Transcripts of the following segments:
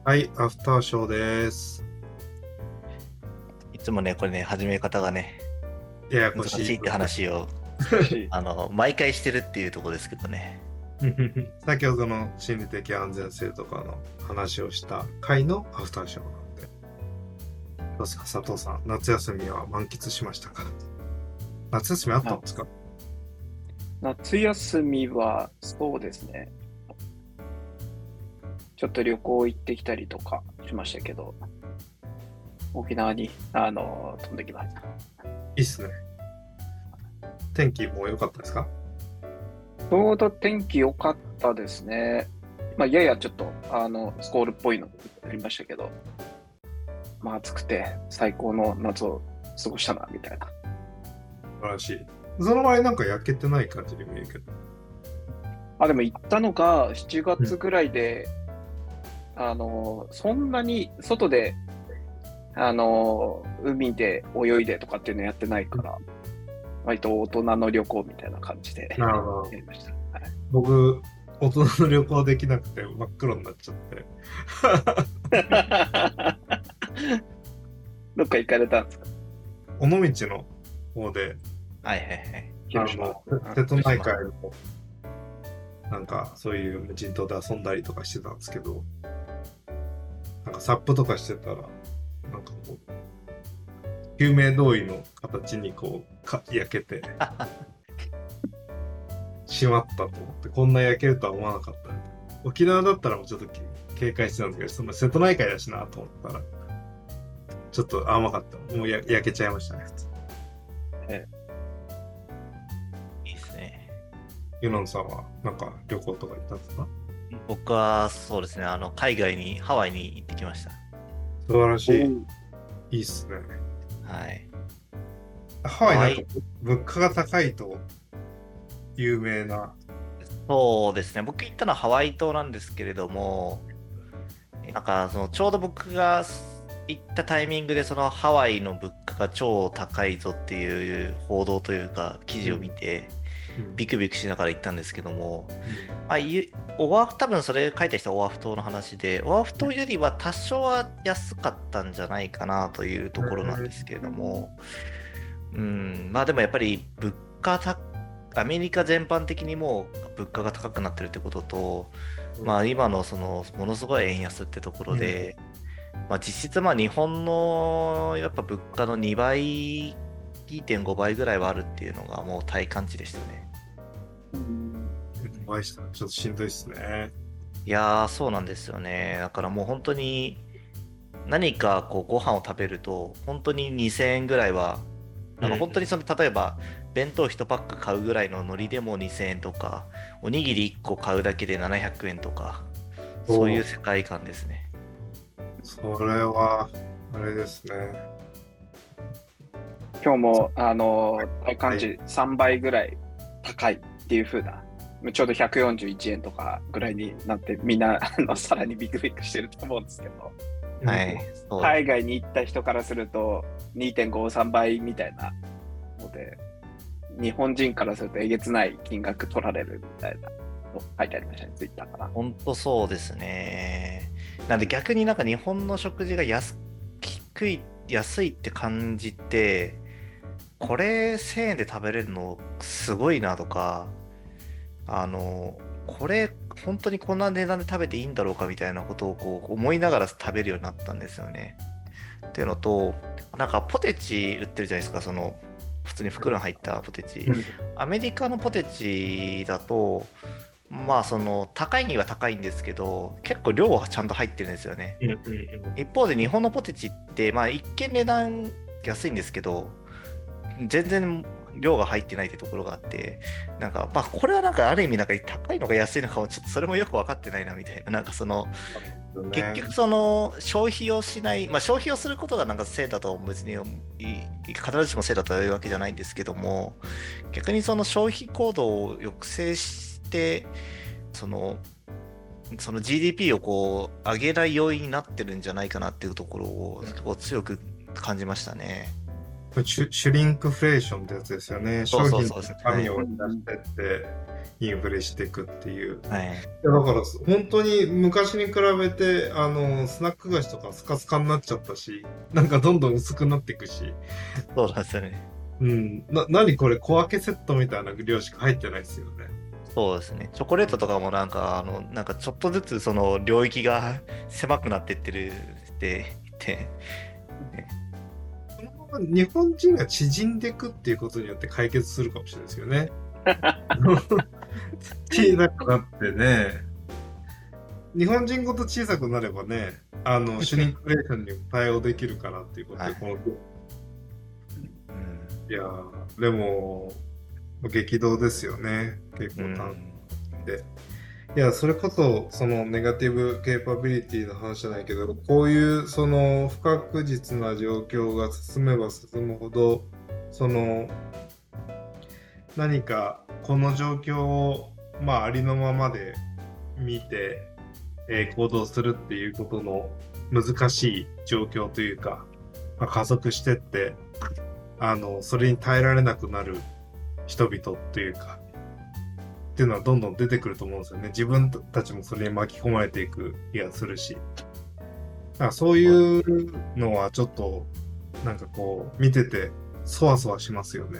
はい、アフターショーです。 いつもね、これね、始め方がね、 ややこ難しいってしい部分。 話を、 難しい。 毎回してるっていうところですけどね。 先ほどの心理的安全性とかの話をした回のアフターショーなので、どうですか、佐藤さん、夏休みは満喫しましたか？夏休みあったんなですか？ 夏休みは、そうですね。ちょっと旅行行ってきたりとかしましたけど、沖縄に、飛んできました。 いいっすね。天気も良かったですか？ ちょうど天気良かったですね。まあ、ややちょっと、スコールっぽいのありましたけど、まあ、暑くて最高の夏を過ごしたな、みたいな。 素晴らしい。その前なんか焼けてない感じに見えるけど。 あ、でも行ったのが7月ぐらいで、そんなに外で、海で泳いでとかっていうのやってないから、割と大人の旅行みたいな感じでなるほど。 やりました。はい。 僕、大人の旅行できなくて真っ黒になっちゃって。 どっか行かれたんですか？ 尾道の方で、 はいはいはい。 広島。 瀬戸内広島。 海のなんかそういう無人島で遊んだりとかしてたんですけど、なんかサップとかしてたら、なんかこう、救命胴衣の形にこう、焼けてしまったと思って、こんな焼けるとは思わなかったみたいな。沖縄だったらもうちょっと警戒してたんですけど、その瀬戸内海だしなと思ったら、ちょっと甘かった。もう焼けちゃいましたね、普通。 えいいですね。 ユノンさんはなんか旅行とか行ったんですか？ 僕はそうですね、海外に、ハワイに行ってきました。 素晴らしい。 おう。 いいっすね。 はい。 ハワイなんかハワイ、 物価が高いと有名な。 そうですね、僕行ったのはハワイ島なんですけれども、なんかちょうど僕が行ったタイミングでそのハワイの物価が超高いぞっていう報道というか記事を見うん。 て、 うん。 ビクビクしながら行ったんですけども、 うん。 まあ、オアフ、多分それ書いた人はオアフ島の話で、オアフ島よりは多少は安かったんじゃないかなというところなんですけれども、まあでもやっぱり価た、アメリカ全般的にもう物価が高くなってるってことと、まあ今のものすごい円安ってところうん。 で、まあ実質まあ日本のやっぱ物価の2倍、2.5倍ぐらいはあるっていうのがもう体感値でしたね。 うん。 お会いしたらちょっとしんどいっすね。 いやー、そうなんですよね。だからもう本当に何かこうご飯を食べると、本当に2000円ぐらいは、なんか本当に例えば弁当1パック買うぐらいの海苔でも2000円とか、おにぎり1個買うだけで700円とか、そういうお、 世界観ですね。 それは、あれですね。 今日も、体はい。 感値3倍ぐらい高いっていう風な、ちょうど141円とかぐらいになって、みんな、さらにビクビクしてると思うんですけど、 うん。 はい。そう。 海外に行った人からすると、2.53倍みたいなので、日本人からするとえげつない金額取られるみたいなの書いてありましたね、ツイッターかな。 本当そうですね。なんで逆になんか日本の食事が安いって感じて、これ1000円で食べれるのすごいなとか、これ本当にこんな値段で食べていいんだろうかみたいなことをこう思いながら食べるようになったんですよね。っていうのと、なんかポテチ売ってるじゃないですか、普通に袋に入ったポテチ。 うん。 アメリカのポテチだと、まあ高いには高いんですけど、結構量はちゃんと入ってるんですよね。 うん。うん。 一方で日本のポテチって、まあ一見値段安いんですけど、全然量が入ってないってところがあって、なんか、まあこれはなんかある意味なんか高いのか安いのかもちょっとそれもよく分かってないなみたいな、なんかうんね。 結局消費をしない、まあ消費をすることがなんかせいだと別に必ずしもせいだというわけじゃないんですけども、逆にその消費行動を抑制して、その、その GDP をこう上げない要因になってるんじゃないかなっていうところを結構強く感じましたね。 これシュリンクフレーションってやつですよね。 そう商品のそうそうです。 紙を出してってインフレしていくっていう。 はい。 いやだから本当に昔に比べてスナック菓子とかスカスカになっちゃったし、なんかどんどん薄くなっていくし、 そうなんですよね。 何これ小分けセットみたいな量しか入ってないですよね。 そうですね。チョコレートとかもなんか、なんかちょっとずつその領域が狭くなってってるって言って、 このまま日本人が縮んでいくっていうことによって解決するかもしれないですよね。小さくなってね、日本人ごと小さくなればね、シュリンクフレーションにも対応できるからっていうことで、 はいいやー、でも、激動ですよね。結構単で。いや、それこそ、そのネガティブケーパビリティの話じゃないけど、こういうその不確実な状況が進めば進むほど、その何かこの状況を、まあ、ありのままで見て、行動するっていうことの難しい状況というか、まあ、加速してって、それに耐えられなくなる人々というか、っていうのはどんどん出てくると思うんですよね。自分たちもそれに巻き込まれていく気がするし。だからそういうのはちょっと、なんかこう、見てて、そわそわしますよね。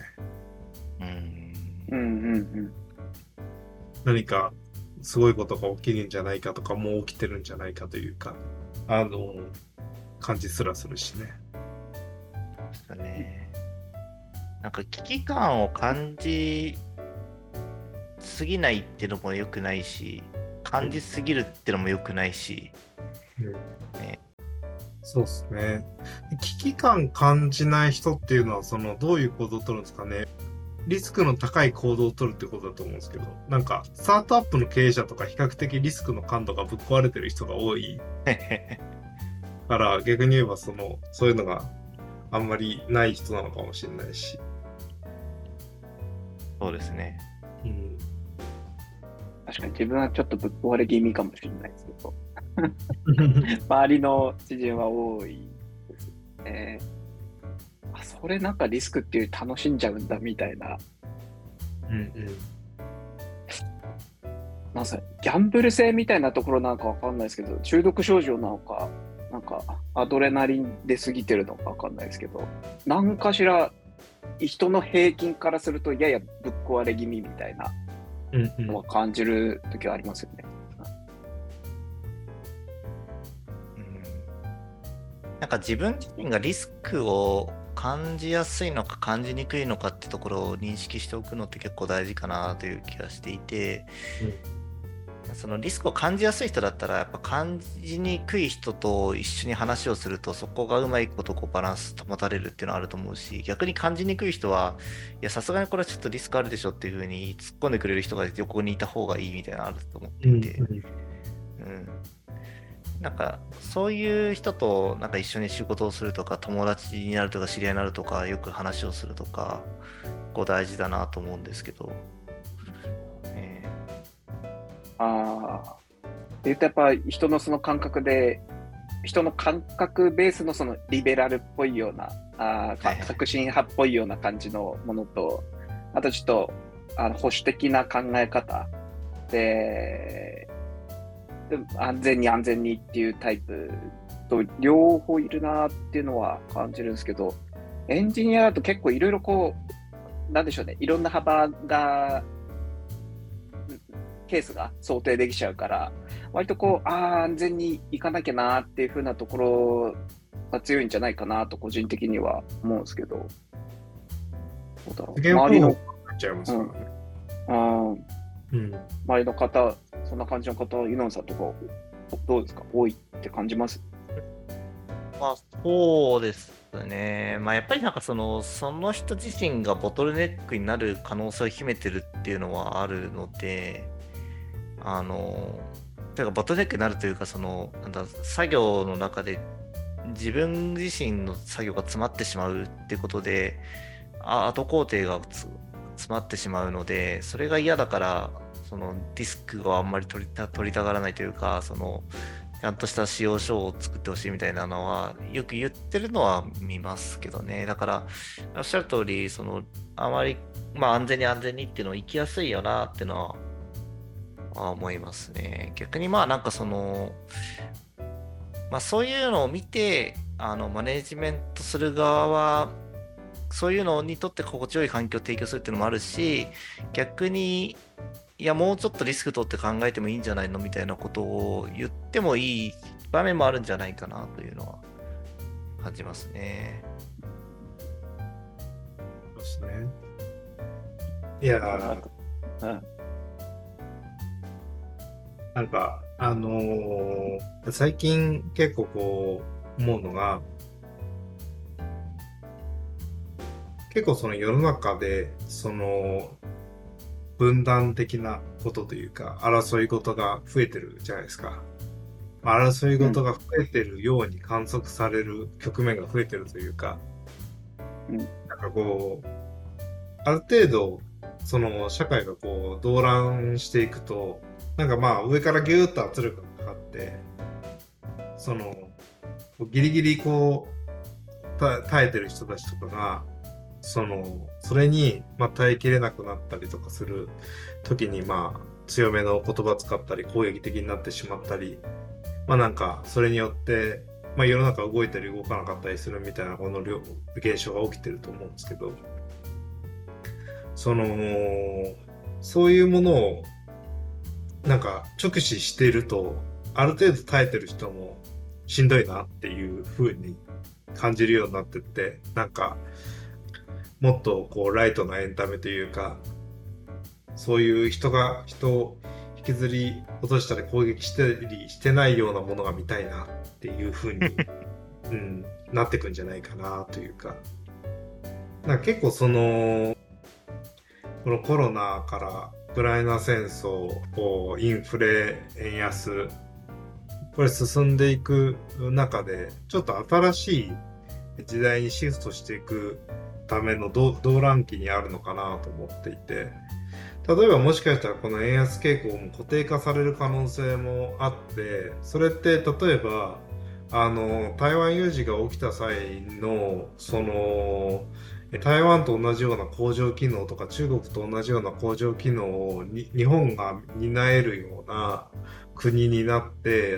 何か、すごいことが起きるんじゃないかとか、もう起きてるんじゃないかというか、感じすらするしね。 ですかね。なんか危機感を感じすぎないっていうのも良くないし、感じすぎるっていうのも良くないし、 そうですね。危機感感じない人っていうのは、どういう行動を取るんですかね。リスクの高い行動を取るってことだと思うんですけど、なんか、スタートアップの経営者とか比較的リスクの感度がぶっ壊れてる人が多いから、逆に言えばそういうのがあんまりない人なのかもしれないし。 そうですね。 確かに自分はちょっとぶっ壊れ気味かもしれないですけど、周りの知人は多いですね。それなんかリスクっていう楽しんじゃうんだみたいな。なんかギャンブル性みたいなところなんかわかんないですけど、中毒症状なのか、なんかアドレナリンで過ぎてるのかわかんないですけど、何かしら人の平均からするとややぶっ壊れ気味みたいなのは感じる時はありますよね。 なんか自分自身がリスクを感じやすいのか感じにくいのかってところを認識しておくのって結構大事かなという気がしていて、そのリスクを感じやすい人だったらやっぱ感じにくい人と一緒に話をするとそこがうまいことバランス保たれるっていうのはあると思うし、逆に感じにくい人はいやさすがにこれはちょっとリスクあるでしょっていうふうに突っ込んでくれる人が横にいた方がいいみたいなのあると思っていて、なんかそういう人となんか一緒に仕事をするとか友達になるとか知り合いになるとかよく話をするとか大事だなと思うんですけど、 言うとやっぱ人のその感覚で人の感覚ベースのそのリベラルっぽいような革新派っぽいような感じのものと、あとちょっと保守的な考え方で安全にっていうタイプと両方いるなっていうのは感じるんですけど、エンジニアだと結構いろいろこうなんでしょうね、いろんな幅がケースが想定できちゃうから、割とこう安全にいかなきゃなっていう風なところが強いんじゃないかなと個人的には思うんですけど、周りの周りの方、そんな感じの方、ユノンさんとかどうですか？多いって感じます？ まあそうですね。まあやっぱりなんかその人自身がボトルネックになる可能性を秘めてるっていうのはあるので、てかボトルネックになるというか作業の中で自分自身の作業が詰まってしまうってことで、後工程が詰まってしまうので、それが嫌だからリスクをあんまり取りたがらないというか、 ちゃんとした仕様書を作ってほしいみたいなのは、よく言ってるのは見ますけどね。だから、おっしゃる通り、あまり、まあ安全に安全にっていうのを行きやすいよなっていうのは思いますね。逆にまあなんかまあそういうのを見て、マネジメントする側は、そういうのにとって心地よい環境を提供するっていうのもあるし、逆に、いや、もうちょっとリスク取って考えてもいいんじゃないのみたいなことを言ってもいい場面もあるんじゃないかなというのは感じますね。 そうですね。いやー、 うん。 なんか、最近結構こう思うのが、結構その世の中で、分断的なことというか、争い事が増えてるじゃないですか。まあ争いうん。 事が増えてるように観測される局面が増えてるというか、 うん。 なんかこう、ある程度、その社会がこう動乱していくと、なんかまあ上からギューッと圧力がかかって、その、ギリギリこう、耐えてる人たちとかが、それに、まあ、耐えきれなくなったりとかする時に、まあ、強めの言葉使ったり、攻撃的になってしまったり、まあなんか、それによって、まあ世の中動いたり動かなかったりするみたいな、この現象が起きてると思うんですけど、その、そういうものを、なんか、直視していると、ある程度耐えてる人もしんどいなっていう風に感じるようになってって、なんか、もっとこう、ライトなエンタメというか、そういう人が人を引きずり落としたり攻撃したりしてないようなものが見たいなっていう風に、うん、なってくんじゃないかなというか。なんか結構このコロナからウクライナ戦争、インフレ、円安、これ進んでいく中で、ちょっと新しい時代にシフトしていくための動乱期にあるのかなと思っていて、例えばもしかしたらこの円安傾向も固定化される可能性もあって、それって例えば、台湾有事が起きた際の、台湾と同じような工場機能とか中国と同じような工場機能を日本が担えるような国になって、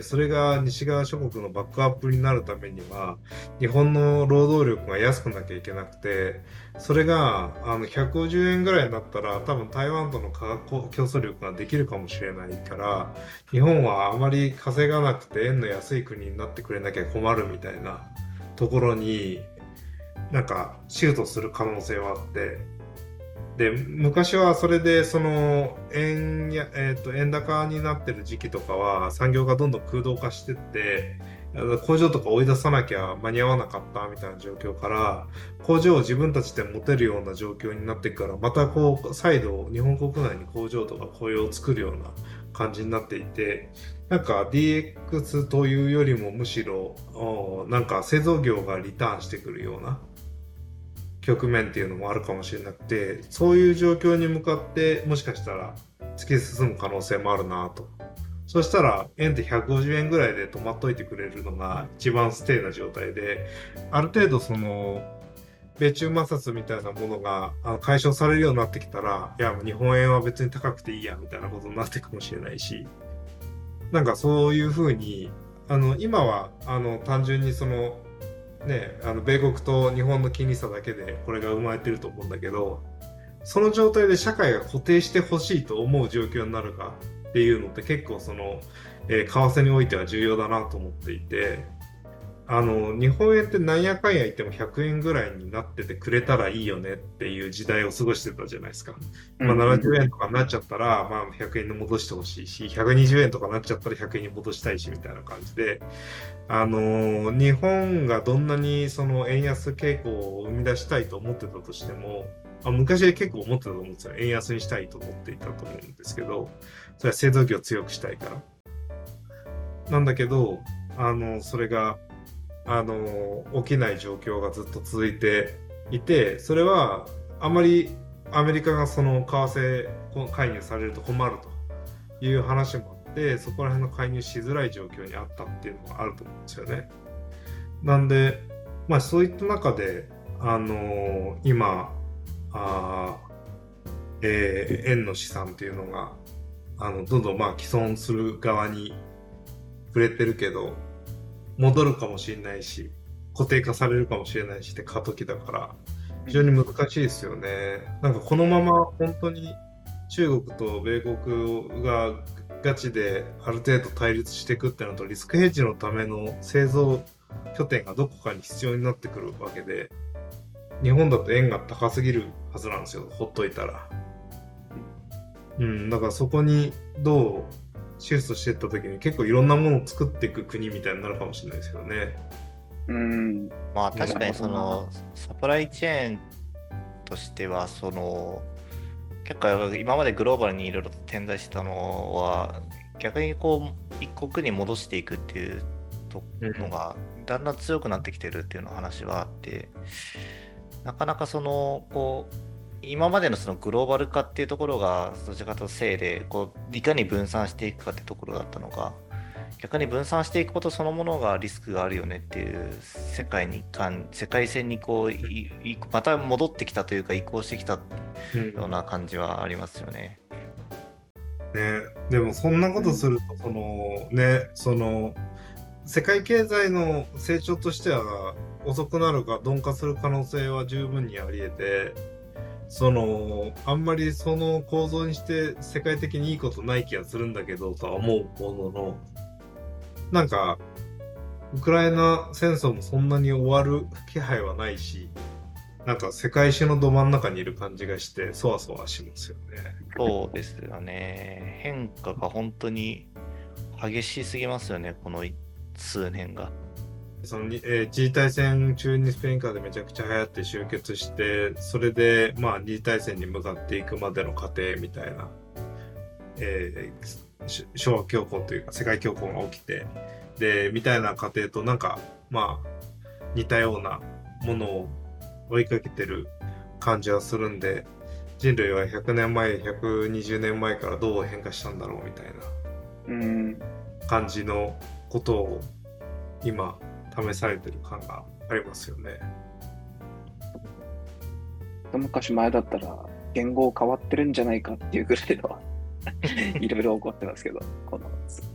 それが西側諸国のバックアップになるためには、日本の労働力が安くなきゃいけなくて、それが150円ぐらいになったら多分台湾との価格競争力ができるかもしれないから、日本はあまり稼がなくて円の安い国になってくれなきゃ困るみたいなところになんかシュートする可能性はあって、で、昔はそれで円高になってる時期とかは産業がどんどん空洞化してって、工場とか追い出さなきゃ間に合わなかったみたいな状況から、工場を自分たちで持てるような状況になっていくから、またこう、再度日本国内に工場とか雇用を作るような感じになっていて、なんか DX というよりもむしろ、なんか製造業がリターンしてくるような、局面っていうのもあるかもしれなくて、そういう状況に向かってもしかしたら突き進む可能性もあるなと。そしたら円って150円ぐらいで止まっといてくれるのが一番ステイな状態で、ある程度米中摩擦みたいなものが解消されるようになってきたら、いやもう日本円は別に高くていいやみたいなことになっていくかもしれないし、なんかそういうふうに、今は単純にね、米国と日本の金利差だけでこれが生まれてると思うんだけど、その状態で社会が固定してほしいと思う状況になるかっていうのって結構為替においては重要だなと思っていて、日本円ってなんやかんや言っても100円ぐらいになっててくれたらいいよねっていう時代を過ごしてたじゃないですか。まあ、70円とかになっちゃったら、まあ、100円に戻してほしいし、120円とかになっちゃったら100円に戻したいしみたいな感じで、日本がどんなにその円安傾向を生み出したいと思ってたとしても、昔は結構思ってたと思うんですよ。円安にしたいと思っていたと思うんですけど、それは製造業を強くしたいから。なんだけど、それが、起きない状況がずっと続いていて、それはあまりアメリカがその為替介入されると困るという話もあっでそこら辺の介入しづらい状況にあったっていうのがあると思うんですよね。なんで、まあ、そういった中で、今円の資産っていうのがどんどんまあ既存する側に触れてるけど戻るかもしれないし固定化されるかもしれないしって過渡期だから非常に難しいですよね。なんかこのまま本当に中国と米国がガチである程度対立していくってなるとリスクヘッジのための製造拠点がどこかに必要になってくるわけで日本だと円が高すぎるはずなんですよほっといたら。だからそこにどうシフトしていった時に結構いろんなものを作っていく国みたいになるかもしれないですよね。 まあ確かにそのサプライチェーンとしてはその結構今までグローバルにいろいろと点在してたのは逆にこう一国に戻していくっていうのがだんだん強くなってきてるっていうの話はあってなかなかそのこう今までのそのグローバル化っていうところがどちらかというとせいでこういかに分散していくかってところだったのが逆に分散していくことそのものがリスクがあるよねっていう世界線にこうまた戻ってきたというか移行してきたような感じはありますよね。 ね、でもそんなことするとその世界経済の成長としては遅くなるか鈍化する可能性は十分にあり得てあんまりその構造にして世界的にいいことない気がするんだけどとは思うもののなんかウクライナ戦争もそんなに終わる気配はないしなんか世界史のど真ん中にいる感じがしてそわそわしますよね。 そうですよね。変化が本当に激しすぎますよねこの数年が。 二次大戦中にスペイン風邪めちゃくちゃ流行って集結してそれでまあ二次大戦に向かっていくまでの過程みたいな、昭和恐慌というか世界恐慌が起きてでみたいな過程となんかまあ似たようなものを追いかけてる感じはするんで人類は100年前120年前からどう変化したんだろうみたいな感じのことを今試されてる感がありますよね。 昔前だったら言語変わってるんじゃないかっていうぐらいのいろいろ起こってますけどこの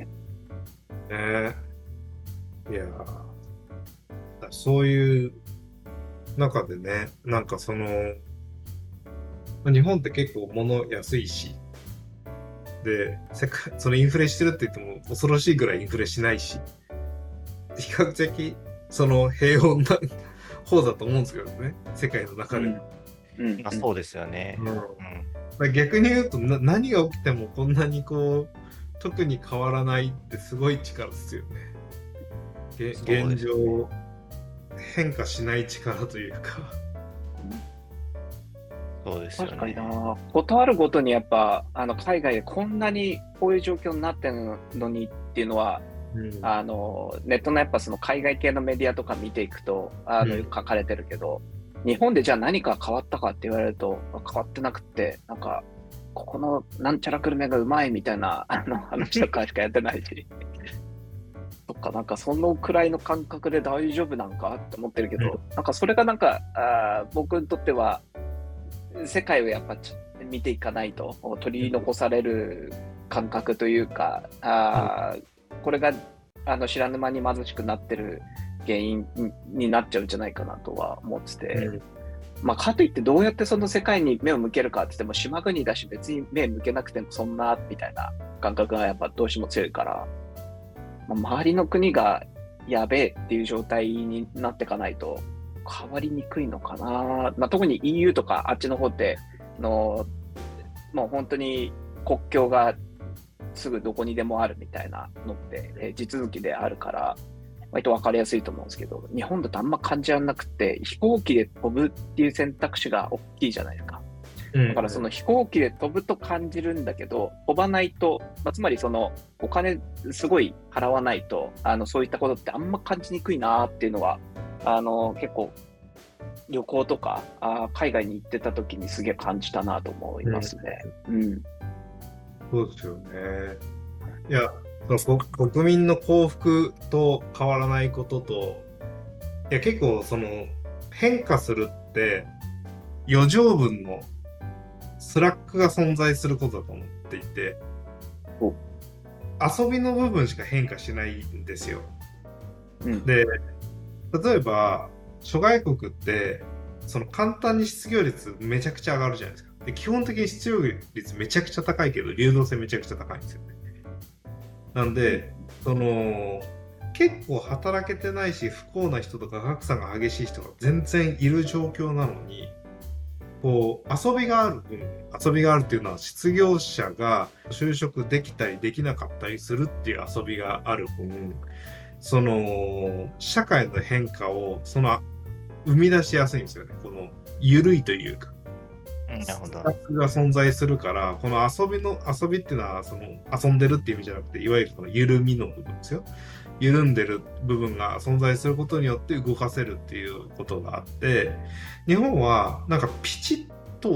いやそういう中でねなんか日本って結構物安いしでそのインフレしてるって言っても恐ろしいぐらいインフレしないし比較的その平穏な方だと思うんですけどね世界の中で、 そうですよね、 逆に言うと何が起きてもこんなにこう特に変わらないってすごい力ですよね。現状変化しない力というかそうですよね。 確かにな。ことあるごとにやっぱ海外でこんなにこういう状況になってるのにっていうのは、ネットのやっぱその海外系のメディアとか見ていくとよく書かれてるけど、日本でじゃあ何か変わったかって言われると変わってなくてなんかここのなんちゃらグルメがうまいみたいな話とかしかやってないしとかなんかそのくらいの感覚で大丈夫なんかって思ってるけど、なんかそれがなんか僕にとっては世界をやっぱ見ていかないと取り残される感覚というかこれが知らぬ間に貧しくなってる原因になっちゃうんじゃないかなとは思ってて、まあかといってどうやってその世界に目を向けるかって言っても島国だし別に目向けなくてもそんなみたいな感覚がやっぱどうしても強いから、周りの国がやべえっていう状態になっていかないと変わりにくいのかな。特に EU とかあっちの方ってもう本当に国境がすぐどこにでもあるみたいなのって地続きであるから割と分かりやすいと思うんですけど、日本だとあんま感じられなくて飛行機で飛ぶっていう選択肢が大きいじゃないですか。だからその飛行機で飛ぶと感じるんだけど飛ばないと、つまりそのお金すごい払わないとそういったことってあんま感じにくいなっていうのは結構旅行とか海外に行ってた時にすげえ感じたなと思いますね。 そうですよね。 いや、国民の幸福と変わらないことと、いや、結構変化するって余剰分のスラックが存在することだと思っていて、 お遊びの部分しか変化しないんですよ。 うん。 で、例えば、諸外国って、簡単に失業率めちゃくちゃ上がるじゃないですか。で、基本的に失業率めちゃくちゃ高いけど、流動性めちゃくちゃ高いんですよね。なんで、結構働けてないし、不幸な人とか格差が激しい人が全然いる状況なのに、遊びがある分、遊びがあるっていうのは失業者が就職できたりできなかったりするっていう遊びがある分、社会の変化を、生み出しやすいんですよね。緩いというか。 なるほど。 スタッフが存在するから、この遊びっていうのは、遊んでるっていう意味じゃなくて、いわゆる緩みの部分ですよ。緩んでる部分が存在することによって動かせるっていうことがあって、日本はなんかピチッと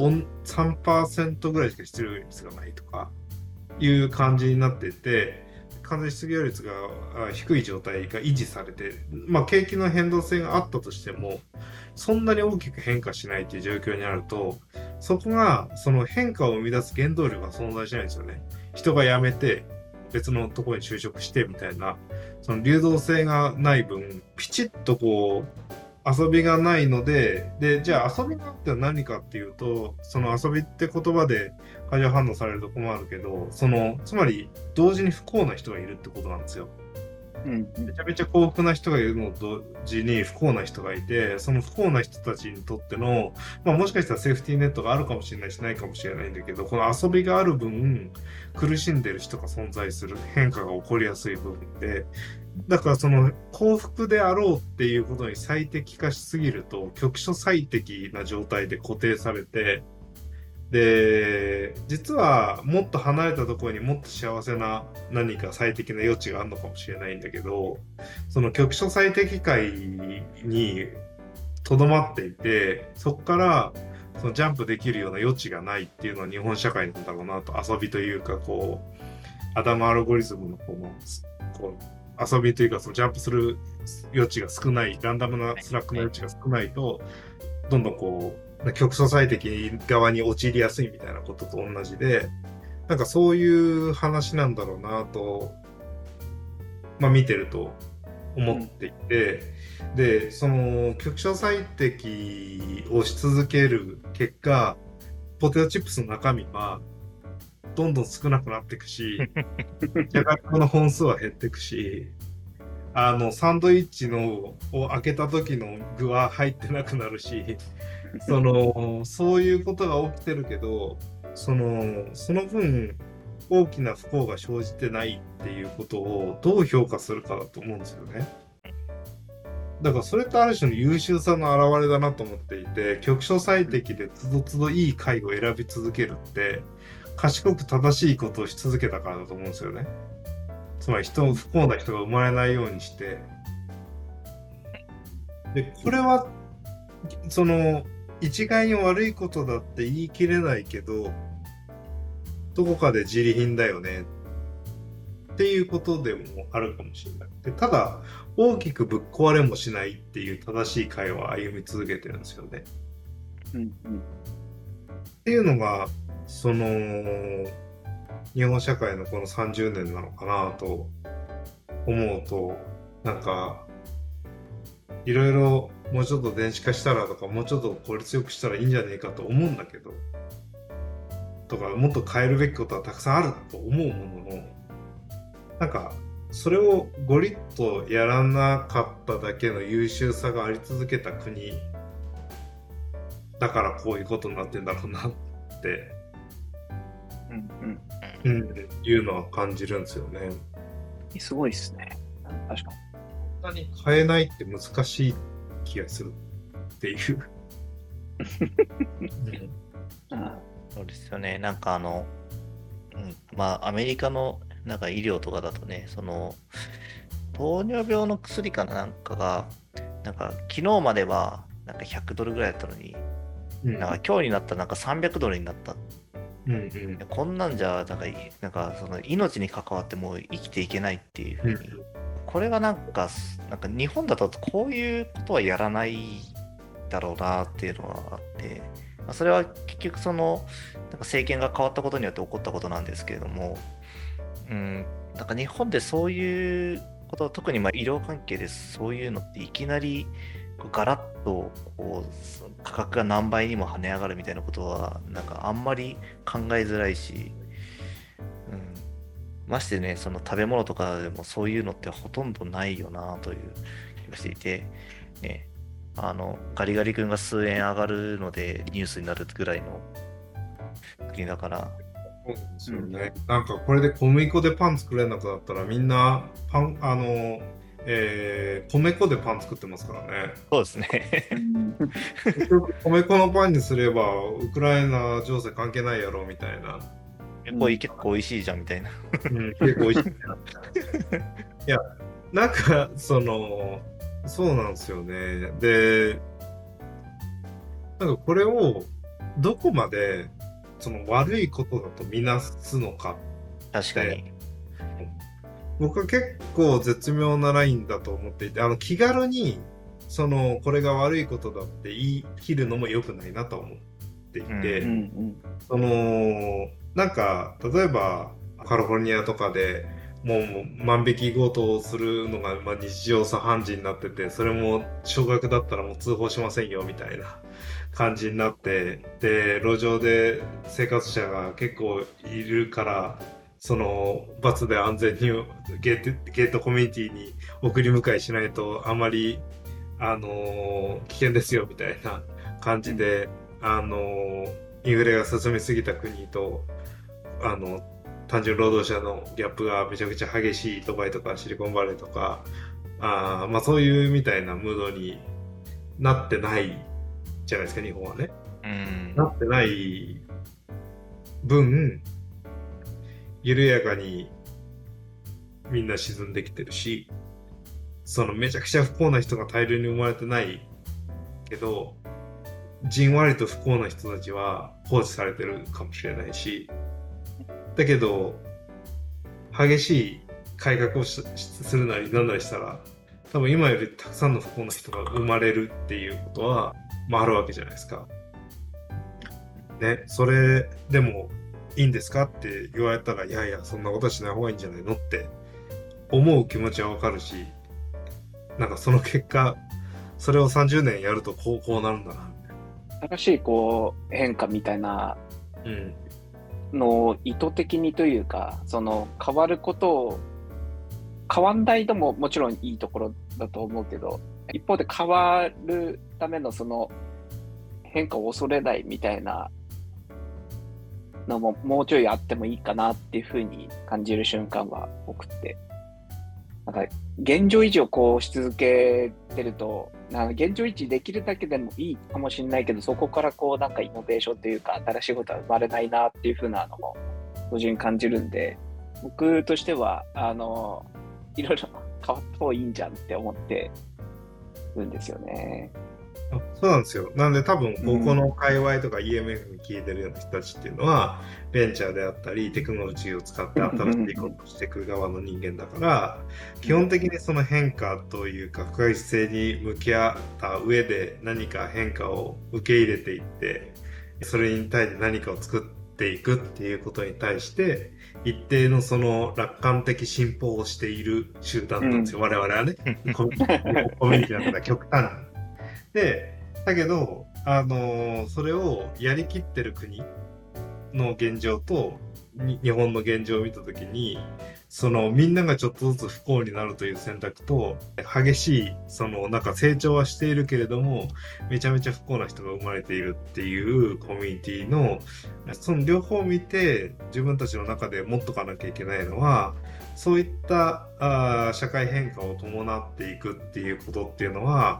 3% ぐらいしか失業率がないとかいう感じになっていて、完全失業率が低い状態が維持されて、景気の変動性があったとしても、そんなに大きく変化しないっていう状況にあると、そこがその変化を生み出す原動力が存在しないんですよね。人が辞めて別のところに就職してみたいな、その流動性がない分、ピチッと遊びがないので、じゃあ遊びがって何かっていうと、その遊びって言葉で過剰反応されるとこもあるけど、つまり同時に不幸な人がいるってことなんですよ。めちゃめちゃ幸福な人がいるのと同時に不幸な人がいて、その不幸な人たちにとっての、もしかしたらセーフティーネットがあるかもしれないしないかもしれないんだけど、この遊びがある分、苦しんでる人が存在する、変化が起こりやすい部分で、だから幸福であろうっていうことに最適化しすぎると、局所最適な状態で固定されて、で、実はもっと離れたところにもっと幸せな何か最適な余地があるのかもしれないんだけど、その局所最適解にとどまっていて、そこからそのジャンプできるような余地がないっていうのは日本社会なんだろうなと、遊びというかアダムアルゴリズムの遊びというかそのジャンプする余地が少ない、ランダムなスラックの余地が少ないと、どんどん局所最適側に陥りやすいみたいなことと同じで、なんかそういう話なんだろうなと、見てると思っていて、で、その局所最適をし続ける結果、ポテトチップスの中身はどんどん少なくなっていくし、じゃがいもの本数は減っていくし、サンドイッチを開けた時の具は入ってなくなるし、そういうことが起きてるけど、その分、大きな不幸が生じてないっていうことをどう評価するかだと思うんですよね。だからそれってある種の優秀さの表れだなと思っていて、局所最適でつどつどいい回を選び続けるって、賢く正しいことをし続けたからだと思うんですよね。つまり不幸な人が生まれないようにして。で、これは、一概に悪いことだって言い切れないけど、どこかで自利品だよねっていうことでもあるかもしれない。で、ただ、大きくぶっ壊れもしないっていう正しい会話を歩み続けてるんですよね。っていうのが、日本社会のこの30年なのかなと思うと、なんか、いろいろもうちょっと電子化したらとか、もうちょっと効率よくしたらいいんじゃねえかと思うんだけど、とか、もっと変えるべきことはたくさんあると思うものの、なんか、それをゴリッとやらなかっただけの優秀さがあり続けた国だからこういうことになってんだろうなって、いうのは感じるんですよね。 すごいですね。確かに。 本当に変えないって難しい気がするっていう。 そうですよね。なんかアメリカのなんか医療とかだとね、糖尿病の薬かなんかが、なんか昨日まではなんか$100ぐらいだったのに、なんか今日になったらなんか$300になったっうんうんこんなんじゃ、なんかその命に関わってもう生きていけないっていうふうに、これがなんか日本だとこういうことはやらないだろうなっていうのはあって、それは結局なんか政権が変わったことによって起こったことなんですけれども、なんか日本でそういうこと、特に医療関係でそういうのっていきなりガラッと価格が何倍にも跳ね上がるみたいなことはなんかあんまり考えづらいし、ましてね、その食べ物とかでもそういうのってほとんどないよなという気がしていて、ね、ガリガリ君が数円上がるのでニュースになるぐらいの国だから。 そうなんですよね。なんかこれで小麦粉でパン作れなくなったらみんな米粉でパン作ってますからね。 そうですね。 結局米粉のパンにすればウクライナ情勢関係ないやろみたいな。 結構美味しいじゃんみたいな。 結構美味しい。いや、なんかそうなんですよね。で、なんかこれをどこまで悪いことだとみなすのか。 確かに。 僕は結構絶妙なラインだと思っていて、気軽にこれが悪いことだって言い切るのも良くないなと思っていて、なんか例えばカリフォルニアとかでもう万引き強盗をするのが日常茶飯事になってて、それも少額だったらもう通報しませんよみたいな感じになって、で路上で生活者が結構いるから、バスで安全にゲートコミュニティに送り迎えしないとあまり危険ですよみたいな感じで、インフレが進みすぎた国と単純労働者のギャップがめちゃくちゃ激しいドバイとかシリコンバレーとか、そういうみたいなムードになってないじゃないですか、日本はね。なってない分、緩やかにみんな沈んできてるし、めちゃくちゃ不幸な人が大量に生まれてないけど、じんわりと不幸な人たちは放置されてるかもしれないし、だけど激しい改革をするなりなんなりしたら、多分今よりたくさんの不幸な人が生まれるっていうことは、あるわけじゃないですか。ね、それでもいいんですかって言われたら、いやいや、そんなことはしない方がいいんじゃないのって思う気持ちはわかるし、なんかその結果、それを30年やるとこうなるんだな。 新しい変化みたいなのを意図的にというか、変わることを変わんないのももちろんいいところだと思うけど、一方で変わるための変化を恐れないみたいなのももうちょいあってもいいかなっていうふうに感じる瞬間は多くて、なんか現状維持をし続けてると、現状維持できるだけでもいいかもしれないけど、そこからなんかイノベーションというか新しいことは生まれないなっていうふうなのも同時に感じるんで、僕としてはいろいろ変わった方がいいんじゃんって思ってるんですよね。 そうなんですよ。なんで多分ここの界隈とか EMF に聞いてるような人たちっていうのは、ベンチャーであったりテクノロジーを使って新しいことをしていく側の人間だから、基本的にその変化というか不確実性に向き合った上で何か変化を受け入れていって、それに対して何かを作っていくっていうことに対して一定の楽観的進歩をしている集団なんですよ、我々はね。コミュニティの中では極端に。で、だけど、それをやりきってる国の現状と日本の現状を見たときに、みんながちょっとずつ不幸になるという選択と、激しい、なんか成長はしているけれども、めちゃめちゃ不幸な人が生まれているっていうコミュニティの、その両方を見て、自分たちの中で持っとかなきゃいけないのは、そういった社会変化を伴っていくっていうことっていうのは、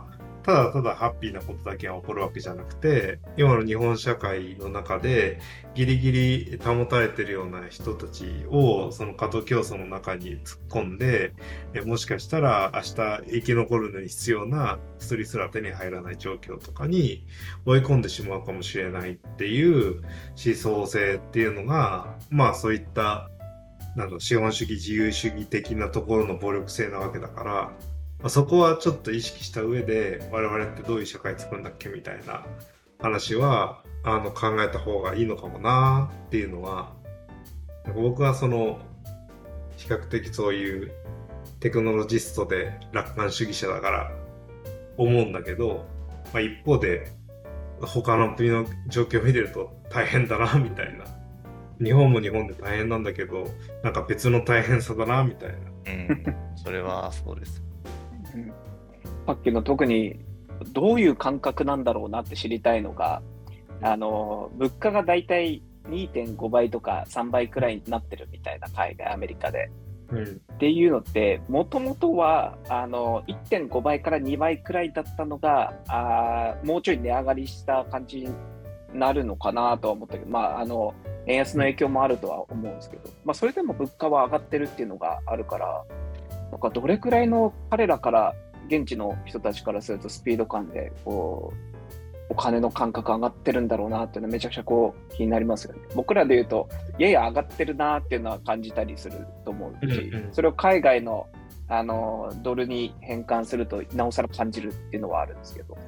ただただハッピーなことだけが起こるわけじゃなくて、今の日本社会の中でギリギリ保たれてるような人たちをその過渡競争の中に突っ込んで、もしかしたら明日生き残るのに必要な薬すら手に入らない状況とかに追い込んでしまうかもしれないっていう思想性っていうのが、まあそういった資本主義自由主義的なところの暴力性なわけだから、まあ、そこはちょっと意識した上で我々ってどういう社会作るんだっけみたいな話は考えた方がいいのかもなっていうのは、なんか僕はその比較的そういうテクノロジストで楽観主義者だから思うんだけど、まあ、一方で他の国の状況を見てると大変だなみたいな、日本も日本で大変なんだけどなんか別の大変さだなみたいな。 それはそうです。 さっきの特にどういう感覚なんだろうなって知りたいのが、物価がだいたい 2.5 倍とか3倍くらいになってるみたいな、海外アメリカで。っていうのって、もともとは1.5 倍から2倍くらいだったのが、もうちょい値上がりした感じになるのかなとは思ったけど、まあ、円安の影響もあるとは思うんですけど、まあ、それでも物価は上がってるっていうのがあるから、なんかどれくらいの彼らから、現地の人たちからするとスピード感でこうお金の感覚上がってるんだろうなっていうのはめちゃくちゃこう気になりますよね。僕らで言うとやや上がってるなっていうのは感じたりすると思うし、それを海外のドルに変換するとなおさら感じるっていうのはあるんですけど、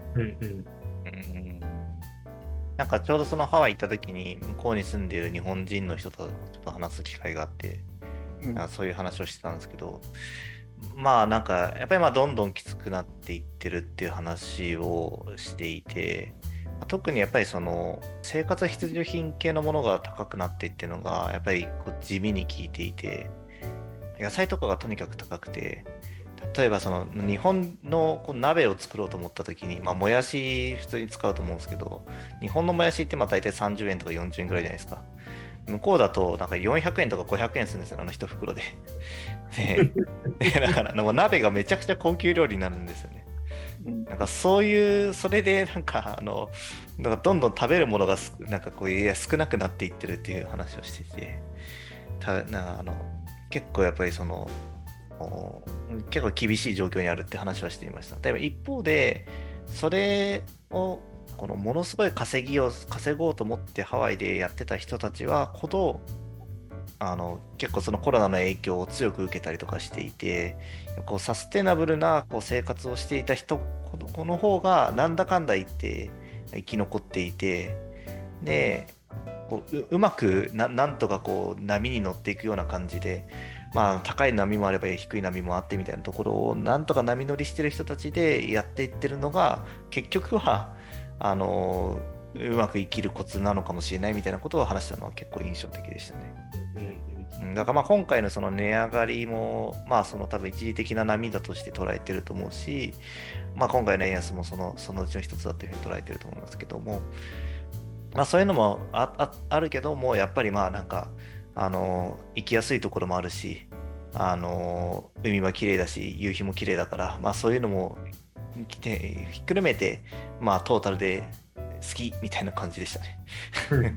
なんかちょうどそのハワイ行った時に向こうに住んでいる日本人の人とちょっと話す機会があって、そういう話をしてたんですけど、まあなんかやっぱりまあどんどんきつくなっていってるっていう話をしていて、特にやっぱりその生活必需品系のものが高くなっていってるのがやっぱりこう地味に効いていて、野菜とかがとにかく高くて、例えばその日本のこう鍋を作ろうと思った時に、まあもやし普通に使うと思うんですけど、日本のもやしってまあ大体30円とか40円ぐらいじゃないですか。向こうだとなんか400円とか500円するんですよ、一袋で。だから鍋がめちゃくちゃ高級料理になるんですよね。なんかそういう、それでなんかなんかどんどん食べるものがなんかこう少なくなっていってるっていう話をしていて、なんか結構やっぱりその結構厳しい状況にあるって話はしていました。でも一方でそれをこのものすごい稼ごうと思ってハワイでやってた人たちはほど結構そのコロナの影響を強く受けたりとかしていて、こうサステナブルなこう生活をしていた人この方がなんだかんだ言って生き残っていて、でこうまくなんとかこう波に乗っていくような感じで、まあ高い波もあれば低い波もあってみたいなところをなんとか波乗りしてる人たちでやっていってるのが結局はうまく生きるコツなのかもしれないみたいなことを話したのは結構印象的でしたね。だからまあ今回のその値上がりもまあその多分一時的な波だとして捉えてると思うし、まあ今回の円安もそのうちの一つだというふうに捉えてると思いますけども、まあそういうのもあるけども、やっぱりまあなんか行きやすいところもあるし、海は綺麗だし夕日も綺麗だから、まあそういうのもひっくるめてまあトータルで好きみたいな感じでしたね。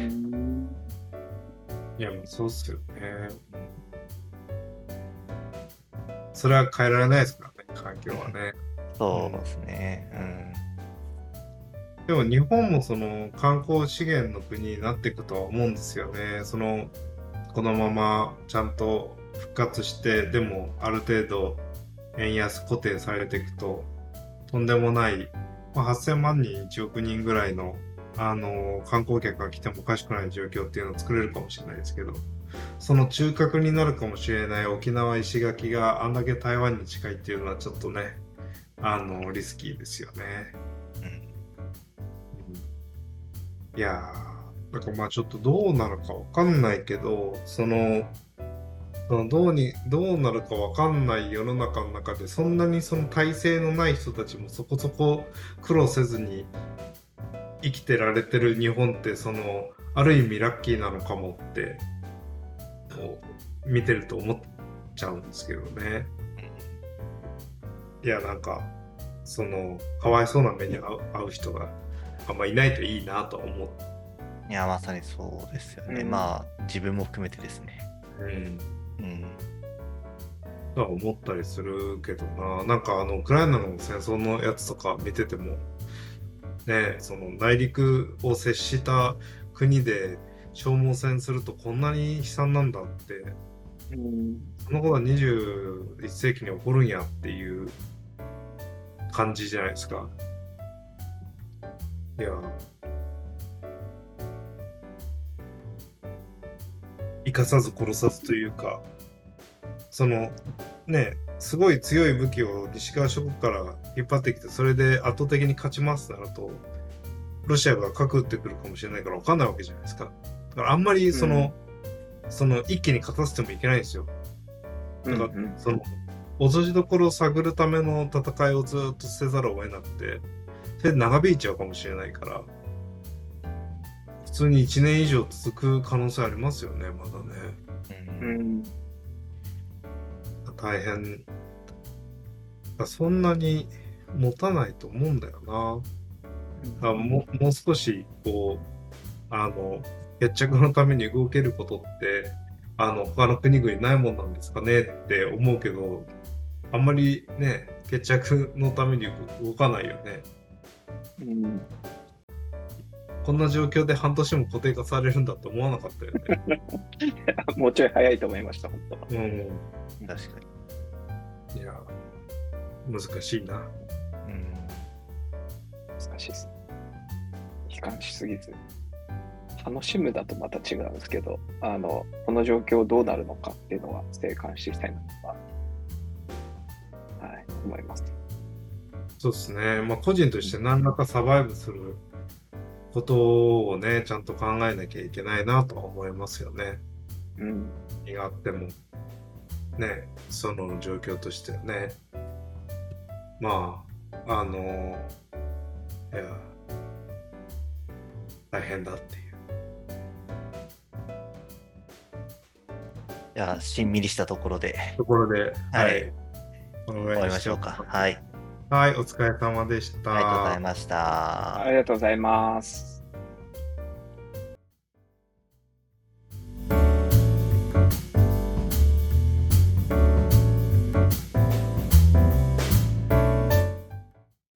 いや、もうそうっすよね。それは変えられないですからね、環境はね。 そうですね。 でも日本もその観光資源の国になっていくとは思うんですよね。このままちゃんと復活して、でもある程度円安固定されていくと、とんでもない、8000万人、1億人ぐらいの観光客が来てもおかしくない状況っていうのを作れるかもしれないですけど、その中核になるかもしれない沖縄石垣があんだけ台湾に近いっていうのはちょっとね、リスキーですよね。いやー、だからまあちょっとどうなるかわかんないけど、どうなるかわかんない世の中の中で、そんなにその体制のない人たちもそこそこ苦労せずに生きてられてる日本って、ある意味ラッキーなのかもって見てると思っちゃうんですけどね。いや、なんかそのかわいそうな目に遭う人があんまいないといいなと思う。 いや、まさにそうですよね。 うんまあ、自分も含めてですね。うん。 とは思ったりするけどな。なんかウクライナの戦争のやつとか見ててもね、その内陸を接した国で消耗戦するとこんなに悲惨なんだって、 うん。 そのことは21世紀に起こるんやっていう感じじゃないですか。いや、生かさず殺さずというか、そのね、すごい強い武器を西側諸国から引っ張ってきて、それで圧倒的に勝ちますとなると、ロシアが核撃ってくるかもしれないから分かんないわけじゃないですか。だからあんまりその一気に勝たせてもいけないんですよ。だからその落としどころを探るための戦いをずっとせざるを得なくて、それで長引いちゃうかもしれないから、普通に1年以上続く可能性ありますよね、まだね。 うん。 大変。そんなに持たないと思うんだよな。もう少しこう決着のために動けることって他の国々ないもんなんですかねって思うけど、あんまりね決着のために動かないよね。 うん。 こんな状況で半年も固定化されるんだと思わなかったよね。 もうちょい早いと思いました、本当は。 確かに。 いや難しいな。 難しいですね。悲観しすぎず。楽しむだとまた違うんですけど、この状況どうなるのかっていうのは静観していきたいなとは、思います。 そうですね。まあ個人として何らかサバイブすることをね、ちゃんと考えなきゃいけないなとは思いますよね。何があってもね、その状況としてね。まあいや大変だっていう。 いや、しんみりしたところでところで、 はい終終わりましょうか。はい。 はい、お疲れ様でした。 ありがとうございました。 ありがとうございます。